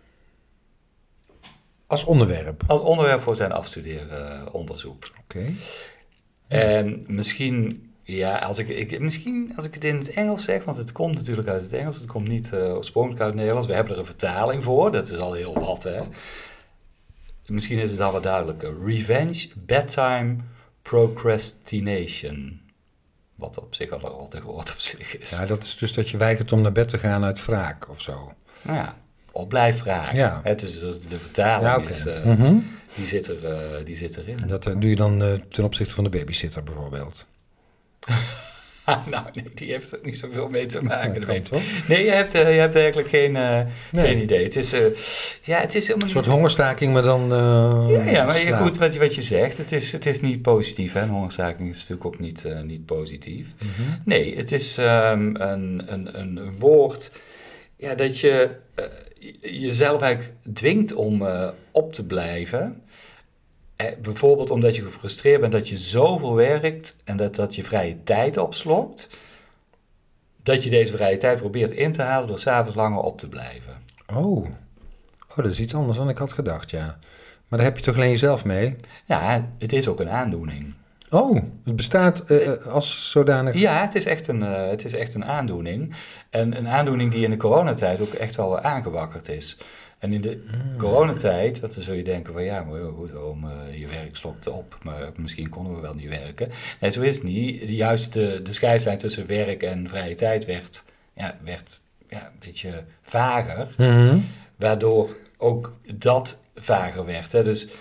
Speaker 2: Als onderwerp.
Speaker 1: Als onderwerp voor zijn afstudeeronderzoek.
Speaker 2: Oké.
Speaker 1: En misschien, ja, als ik het in het Engels zeg, want het komt natuurlijk uit het Engels, het komt niet oorspronkelijk uit het Nederlands. We hebben er een vertaling voor, dat is al heel wat, hè. Misschien is het al wat duidelijker. Revenge, bedtime, procrastination. Wat op zich al een rottig woord op zich is.
Speaker 2: Ja, dat is dus dat je weigert om naar bed te gaan uit wraak of zo.
Speaker 1: Nou ja, opblijfwraak.
Speaker 2: Ja.
Speaker 1: Hè, dus de vertaling
Speaker 2: Ja, oké.
Speaker 1: is, die zit erin.
Speaker 2: En dat doe je dan ten opzichte van de babysitter bijvoorbeeld.
Speaker 1: Nou, nee, die heeft er niet zoveel mee te maken.
Speaker 2: Dat kan toch?
Speaker 1: Nee, je hebt eigenlijk geen idee. Het is helemaal
Speaker 2: Een soort hongerstaking, maar dan
Speaker 1: ja, maar
Speaker 2: slaap.
Speaker 1: goed, wat je zegt, het is niet positief. Hè? Een hongerstaking is natuurlijk ook niet positief.
Speaker 2: Mhm.
Speaker 1: Nee, het is een woord dat je jezelf eigenlijk dwingt om op te blijven. Bijvoorbeeld omdat je gefrustreerd bent dat je zoveel werkt en dat je vrije tijd opslokt, dat je deze vrije tijd probeert in te halen door 's avonds langer op te blijven.
Speaker 2: Oh, dat is iets anders dan ik had gedacht, ja. Maar daar heb je toch alleen jezelf mee?
Speaker 1: Ja, het is ook een aandoening.
Speaker 2: Oh, het bestaat als zodanig...
Speaker 1: Ja, het is echt een aandoening. En een aandoening die in de coronatijd ook echt wel aangewakkerd is. En in de coronatijd, dan zul je denken van ja, maar heel goed, je werk slokt op, maar misschien konden we wel niet werken. Nee, zo is het niet. Juist de scheidslijn tussen werk en vrije tijd werd een beetje vager,
Speaker 2: Mhm.
Speaker 1: waardoor ook dat vager werd. Hè. Dus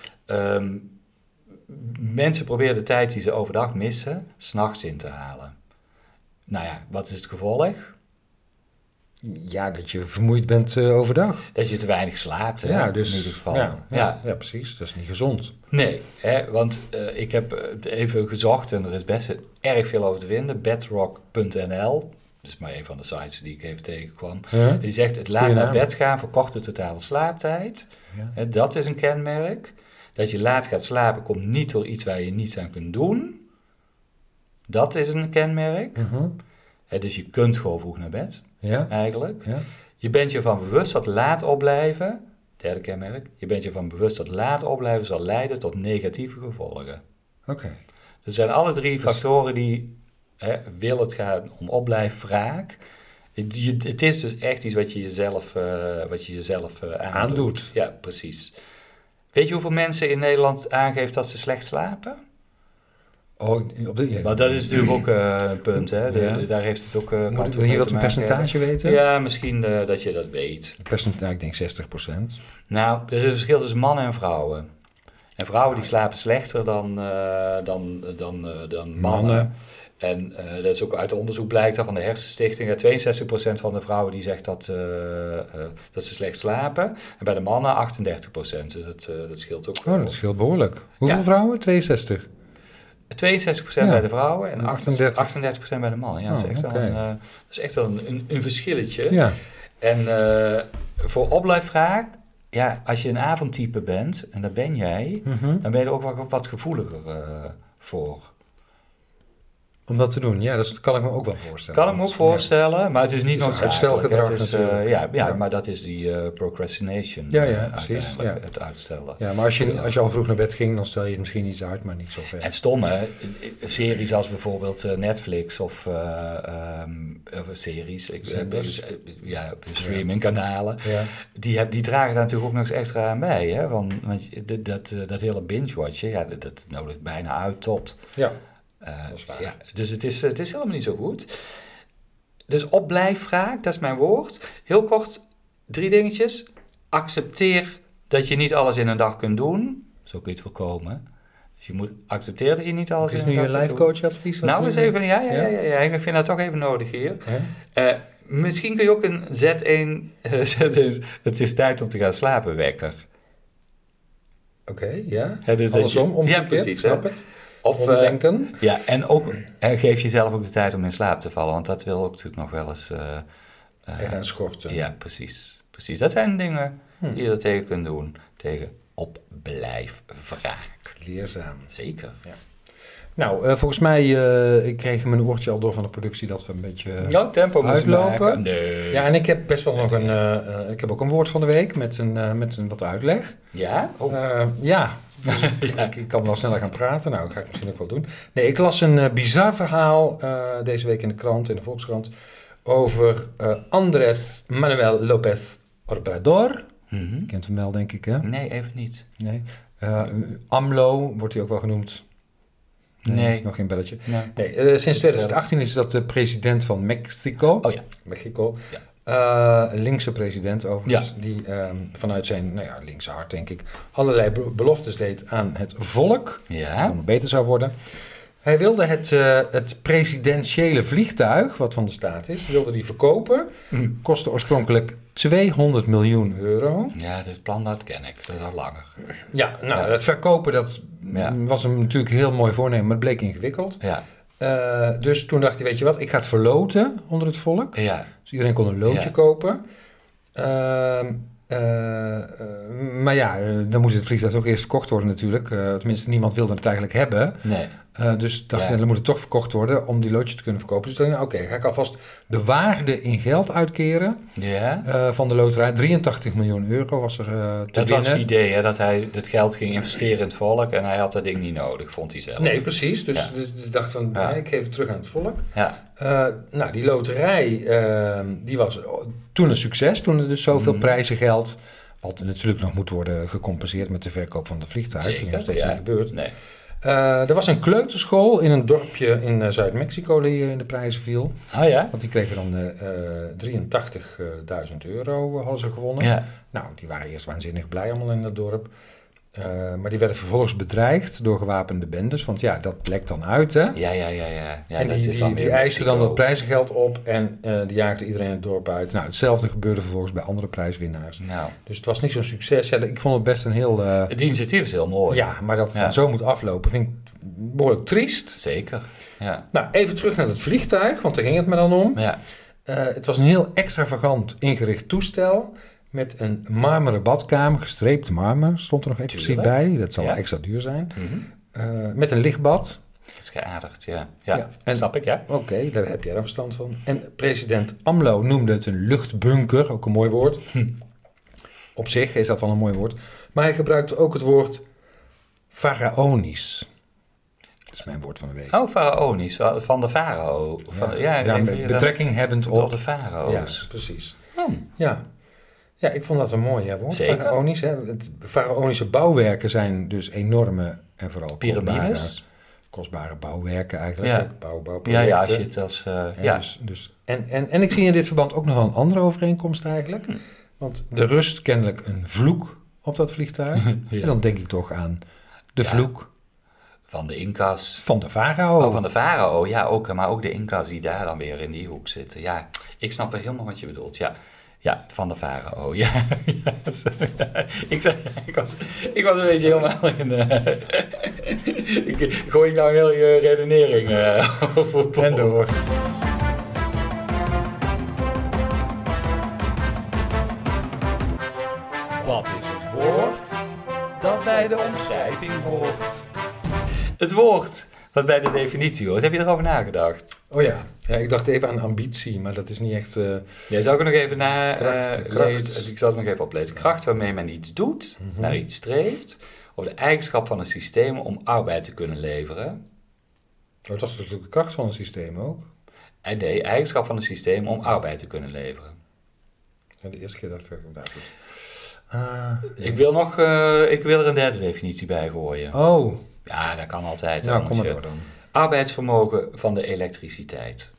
Speaker 1: mensen proberen de tijd die ze overdag missen, 's nachts in te halen. Nou ja, wat is het gevolg?
Speaker 2: Ja, dat je vermoeid bent overdag.
Speaker 1: Dat je te weinig slaapt, hè,
Speaker 2: Ja, dus...
Speaker 1: in ieder geval.
Speaker 2: Ja, precies. Dat is niet gezond.
Speaker 1: Nee, hè, want ik heb even gezocht en er is best erg veel over te vinden. Bedrock.nl, dat is maar een van de sites die ik even tegenkwam.
Speaker 2: Ja.
Speaker 1: Die zegt, het laat
Speaker 2: Goeie
Speaker 1: naar
Speaker 2: naam.
Speaker 1: bed gaan verkort de totale slaaptijd.
Speaker 2: Ja.
Speaker 1: Hè, dat is een kenmerk. Dat je laat gaat slapen komt niet door iets waar je niets aan kunt doen. Dat is een kenmerk.
Speaker 2: Mhm.
Speaker 1: Hè, dus je kunt gewoon vroeg naar bed,
Speaker 2: Ja,
Speaker 1: eigenlijk.
Speaker 2: ja.
Speaker 1: Je bent je ervan bewust dat laat opblijven, derde kenmerk, je bent je ervan bewust dat laat opblijven zal leiden tot negatieve gevolgen.
Speaker 2: Oké.
Speaker 1: Er zijn alle drie
Speaker 2: Dus-
Speaker 1: factoren die, wil het gaan om opblijfwraak. Het is dus echt iets wat je jezelf aandoet. Ja, precies. Weet je hoeveel mensen in Nederland aangeeft dat ze slecht slapen?
Speaker 2: Oh,
Speaker 1: Want dat is natuurlijk ook een punt, hè?
Speaker 2: Ja.
Speaker 1: Daar heeft het ook...
Speaker 2: Moeten we hier wat een percentage weten?
Speaker 1: Ja, misschien dat je dat weet.
Speaker 2: Percentage, ik denk 60%.
Speaker 1: Nou, er is een verschil tussen mannen en vrouwen. En vrouwen die slapen slechter dan mannen. En dat is ook uit onderzoek blijkt van de Hersenstichting. 62% van de vrouwen die zegt dat ze slecht slapen. En bij de mannen 38%. Dus dat scheelt ook wel.
Speaker 2: Oh, dat scheelt behoorlijk. Hoeveel
Speaker 1: Ja.
Speaker 2: vrouwen? 62.
Speaker 1: 62%
Speaker 2: Ja.
Speaker 1: bij de vrouwen en
Speaker 2: 38.
Speaker 1: 38% bij de mannen. Ja, dat is echt
Speaker 2: Oh,
Speaker 1: wel,
Speaker 2: oké.
Speaker 1: dat is echt wel een verschilletje.
Speaker 2: Ja.
Speaker 1: En voor opblijfwraak, ja, als je een avondtype bent, en dat ben jij,
Speaker 2: Mhm.
Speaker 1: dan ben je er ook wat gevoeliger voor.
Speaker 2: Om dat te doen, ja, dat kan ik me ook wel voorstellen.
Speaker 1: Kan ik me ook voorstellen, maar het is niet
Speaker 2: Het is
Speaker 1: noodzakelijk.
Speaker 2: uitstelgedrag
Speaker 1: Het is,
Speaker 2: natuurlijk.
Speaker 1: ja, maar dat is die procrastination.
Speaker 2: Ja, precies. Ja.
Speaker 1: Het uitstellen.
Speaker 2: Ja, maar als je al vroeg naar bed ging, dan stel je het misschien iets uit, maar niet zo ver.
Speaker 1: En stom, hè? Series als bijvoorbeeld Netflix of series, streamingkanalen, die dragen daar natuurlijk ook nog eens extra aan bij. Hè? Want dat hele binge-watchen, dat nodigt bijna uit tot...
Speaker 2: Ja. Dat is waar.
Speaker 1: Ja, dus het is helemaal niet zo goed. Dus opblijfvraag, dat is mijn woord. Heel kort, 3 dingetjes. Accepteer dat je niet alles in een dag kunt doen. Zo kun je het voorkomen. Dus je moet accepteren dat je niet alles in een dag kunt doen.
Speaker 2: Het is nu je life coach advies?
Speaker 1: Nou, eens even, ja. Ik vind dat toch even nodig hier. Misschien kun je ook een Z1, het is tijd om te gaan slapen wekker.
Speaker 2: Oké, ja.
Speaker 1: Dus
Speaker 2: andersom, omgekeerd,
Speaker 1: precies,
Speaker 2: ik snap het.
Speaker 1: Of
Speaker 2: denken.
Speaker 1: Ja, en ook geef jezelf ook de tijd om in slaap te vallen, want dat wil ook natuurlijk nog wel eens...
Speaker 2: gaan schorten.
Speaker 1: Ja, precies. Dat zijn dingen die je er tegen kunt doen. Tegen opblijfvraag.
Speaker 2: Leerzaam.
Speaker 1: Zeker. Ja.
Speaker 2: Nou, volgens mij, ik kreeg mijn oortje al door van de productie dat we een beetje
Speaker 1: tempo
Speaker 2: uitlopen.
Speaker 1: Nee.
Speaker 2: Ja, en ik heb best wel nog ik heb ook een woord van de week met een wat uitleg.
Speaker 1: Ja?
Speaker 2: Ja. Dus ik kan wel sneller gaan praten. Nou, dat ga ik misschien ook wel doen. Nee, ik las een bizar verhaal deze week in de krant, in de Volkskrant, over Andrés Manuel López Obrador.
Speaker 1: Mm-hmm.
Speaker 2: Kent hem wel, denk ik, hè?
Speaker 1: Nee, even niet.
Speaker 2: Nee. AMLO wordt hij ook wel genoemd. Nee. Nog geen belletje. Nee, sinds 2018 is dat de president van Mexico.
Speaker 1: Oh ja.
Speaker 2: Mexico.
Speaker 1: Ja.
Speaker 2: Linkse president overigens, die vanuit zijn linkse hart, denk ik, allerlei beloftes deed aan het volk, dat het nog beter zou worden. Hij wilde het presidentiële vliegtuig, wat van de staat is, wilde die verkopen. Kostte oorspronkelijk €200 miljoen.
Speaker 1: Ja, dit plan dat ken ik, dat is al langer.
Speaker 2: Ja, nou, het verkopen, was hem natuurlijk een heel mooi voornemen, maar het bleek ingewikkeld.
Speaker 1: Ja.
Speaker 2: Dus toen dacht hij, weet je wat, ik ga het verloten onder het volk.
Speaker 1: Ja.
Speaker 2: Dus iedereen kon een loodje kopen. Maar ja, dan moest het vliegtuig ook eerst verkocht worden natuurlijk. Tenminste, niemand wilde het eigenlijk hebben.
Speaker 1: Nee.
Speaker 2: Dus dacht hij, dan moet het toch verkocht worden om die loodjes te kunnen verkopen. Dus dacht hij, ga ik alvast de waarde in geld uitkeren van de loterij. €83 miljoen was er te winnen.
Speaker 1: Dat was het idee, hè, dat hij het geld ging investeren in het volk en hij had dat ding niet nodig, vond hij zelf.
Speaker 2: Nee, precies. Dus ik dacht van, ik geef het terug aan het volk.
Speaker 1: Ja.
Speaker 2: Nou, die loterij, die was toen een succes. Toen er dus zoveel prijzengeld, wat natuurlijk nog moet worden gecompenseerd met de verkoop van het vliegtuig.
Speaker 1: Zeker,
Speaker 2: dat is niet gebeurd.
Speaker 1: Nee.
Speaker 2: Er was een kleuterschool in een dorpje in Zuid-Mexico die in de prijzen viel.
Speaker 1: Oh ja?
Speaker 2: Want die kregen dan €83.000 hadden ze gewonnen. Ja. Nou, die waren eerst waanzinnig blij allemaal in dat dorp. Maar die werden vervolgens bedreigd door gewapende bendes. Want ja, dat lekt dan uit, hè?
Speaker 1: Ja.
Speaker 2: En die eisten dan dat prijzengeld op en die jaagden iedereen het dorp uit. Nou, hetzelfde gebeurde vervolgens bij andere prijswinnaars. Nou. Dus het was niet zo'n succes. Ja, ik vond het best een heel...
Speaker 1: Het initiatief is heel mooi.
Speaker 2: Ja, maar dat het dan zo moet aflopen vind ik behoorlijk triest.
Speaker 1: Zeker, ja.
Speaker 2: Nou, even terug naar het vliegtuig, want daar ging het me dan om.
Speaker 1: Ja.
Speaker 2: Het was een heel extravagant ingericht toestel met een marmeren badkamer, gestreept marmer, stond er nog expliciet bij. Dat zal wel extra duur zijn. Mm-hmm. Met een lichtbad.
Speaker 1: Dat is geaardigd, ja. En, snap ik, ja.
Speaker 2: Oké, daar heb jij er verstand van. En president AMLO noemde het een luchtbunker, ook een mooi woord. Op zich is dat al een mooi woord. Maar hij gebruikte ook het woord faraonisch. Dat is mijn woord van de week.
Speaker 1: Oh, faraonisch, van de farao.
Speaker 2: Betrekking hebbend op
Speaker 1: de farao's.
Speaker 2: Ja, precies. Ja, ik vond dat een mooi woord. Faraonisch. Het faraonische bouwwerken zijn dus enorme en vooral kostbare bouwwerken eigenlijk.
Speaker 1: Ja.
Speaker 2: Bouwprojecten.
Speaker 1: Ja, als je het als...
Speaker 2: Dus, en ik zie in dit verband ook nog een andere overeenkomst eigenlijk. Want er rust kennelijk een vloek op dat vliegtuig. En dan denk ik toch aan de vloek...
Speaker 1: Van de Inca's.
Speaker 2: Van de farao.
Speaker 1: Oh, van de farao, ja, ook. Maar ook de Inca's die daar dan weer in die hoek zitten. Ja, ik snap helemaal wat je bedoelt, Ja, van de farao, ja. Ik was een beetje helemaal in... ik gooi nou heel je redenering over.
Speaker 2: En door.
Speaker 1: Wat is het woord dat bij de omschrijving hoort? Het woord wat bij de definitie hoort. Heb je erover nagedacht?
Speaker 2: Oh ja. Ja, ik dacht even aan ambitie, maar dat is niet echt...
Speaker 1: Jij zou ik er nog even
Speaker 2: kracht.
Speaker 1: Ik zal het nog even oplezen. Kracht waarmee men iets doet, naar iets streeft, of de eigenschap van een systeem om arbeid te kunnen leveren.
Speaker 2: Dat is natuurlijk de kracht van het systeem ook.
Speaker 1: En nee, eigenschap van een systeem om arbeid te kunnen leveren.
Speaker 2: Ja, de eerste keer dacht ik, nou goed.
Speaker 1: Ik wil er een derde definitie bij gooien.
Speaker 2: Oh.
Speaker 1: Ja, dat kan altijd.
Speaker 2: Nou, kom maar door dan.
Speaker 1: Arbeidsvermogen van de elektriciteit.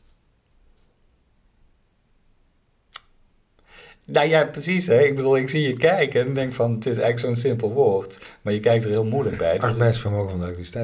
Speaker 1: Nou ja, precies. Hè? Ik bedoel, ik zie je kijken en denk van, het is eigenlijk zo'n simpel woord. Maar je kijkt er heel moeilijk bij.
Speaker 2: Arbeidsvermogen van de elektriciteit.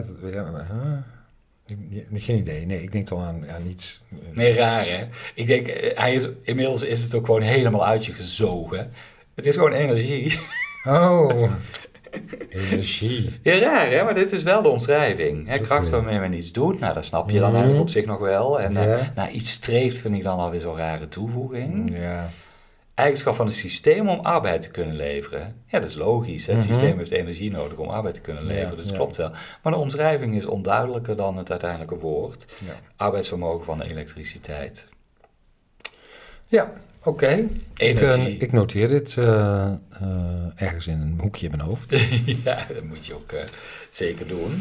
Speaker 2: Geen idee. Nee, ik denk dan aan iets...
Speaker 1: Nee, raar hè. Ik denk, inmiddels is het ook gewoon helemaal uit je gezogen. Het is gewoon energie.
Speaker 2: Oh, energie.
Speaker 1: Ja, raar hè, maar dit is wel de omschrijving. Hè? Kracht waarmee men iets doet, nou dat snap je dan eigenlijk op zich nog wel. En naar iets streeft vind ik dan alweer zo'n rare toevoeging.
Speaker 2: Ja.
Speaker 1: Eigenschap van een systeem om arbeid te kunnen leveren. Ja, dat is logisch. Hè? Het systeem heeft energie nodig om arbeid te kunnen leveren. Dus dat klopt wel. Maar de omschrijving is onduidelijker dan het uiteindelijke woord. Ja. Arbeidsvermogen van de elektriciteit.
Speaker 2: Ja, oké. Ik noteer dit ergens in een hoekje in mijn hoofd.
Speaker 1: Ja, dat moet je ook zeker doen.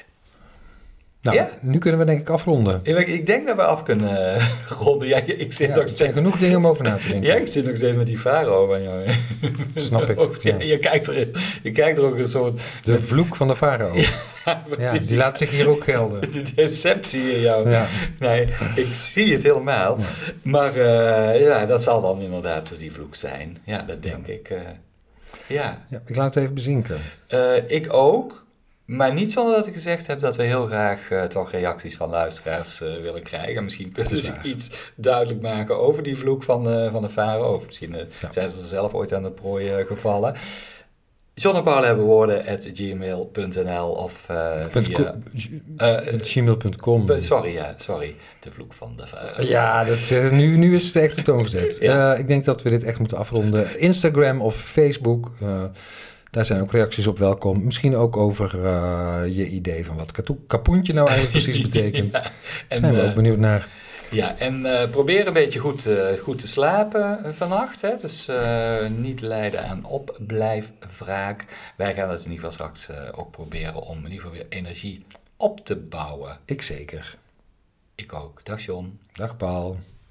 Speaker 2: Nou, nu kunnen we denk ik afronden.
Speaker 1: Ik denk dat we af kunnen ronden. Ja, ik zit nog steeds...
Speaker 2: Er zijn genoeg dingen om over na te denken.
Speaker 1: Ja, ik zit nog steeds met die Faro van jou.
Speaker 2: Snap ik.
Speaker 1: Ja. Je kijkt er ook een soort...
Speaker 2: De vloek van de Farao. Ja, die laat zich hier ook gelden.
Speaker 1: De deceptie in jou. Ja. Nee, ik zie het helemaal. Ja. Maar dat zal dan inderdaad die vloek zijn. Ja, dat denk ik. Ja,
Speaker 2: ik laat het even bezinken.
Speaker 1: Ik ook. Maar niet zonder dat ik gezegd heb dat we heel graag toch reacties van luisteraars willen krijgen. Misschien kunnen ze iets duidelijk maken over die vloek van de Farao. Of misschien zijn ze er zelf ooit aan de prooi gevallen. John en Paul hebben woorden@gmail.nl of via...
Speaker 2: gmail.com.
Speaker 1: Sorry. De vloek van de Farao.
Speaker 2: Ja, nu is het echt de toon gezet. Ik denk dat we dit echt moeten afronden. Instagram of Facebook... Daar zijn ook reacties op welkom. Misschien ook over je idee van wat kapoentje nou eigenlijk precies betekent. Daar zijn we ook benieuwd naar.
Speaker 1: Ja, en probeer een beetje goed te slapen vannacht. Hè? Dus niet lijden aan opblijfwraak. Wij gaan het in ieder geval straks ook proberen om in ieder geval weer energie op te bouwen.
Speaker 2: Ik zeker.
Speaker 1: Ik ook. Dag John.
Speaker 2: Dag Paul.